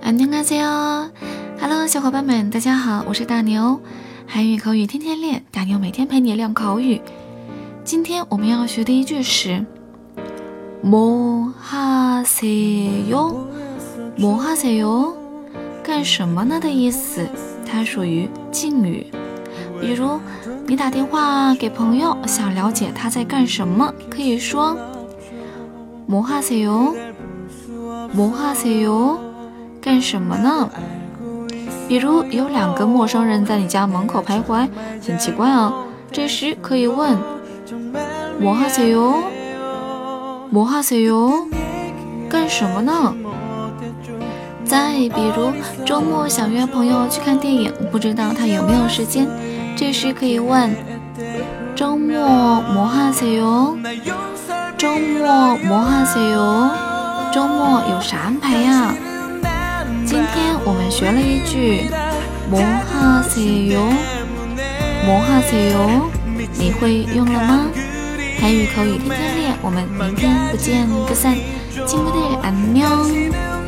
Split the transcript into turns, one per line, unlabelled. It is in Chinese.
안녕하세요 Hello， 小伙伴们，大家好，我是大牛，韩语口语天天练，大牛每天陪你练口语。今天我们要学的一句是뭐 하세요？ 뭐 하세요？ 干什么呢的意思，它属于敬语。比如你打电话给朋友，想了解他在干什么，可以说뭐 하세요？ 뭐 하세요？ 干什么呢？比如有两个陌生人在你家门口徘徊，很奇怪啊，这时可以问뭐 하세요？ 뭐 하세요？ 干什么呢？再比如周末想约朋友去看电影，不知道他有没有时间，这时可以问周末뭐 하세요？ 周末뭐 하세요？ 周末有啥安排呀？今天我们学了一句뭐 하세요？ 뭐 하세요？ 你会用了吗？韩语口语天天练，我们明天不见不散。친구들 안녕。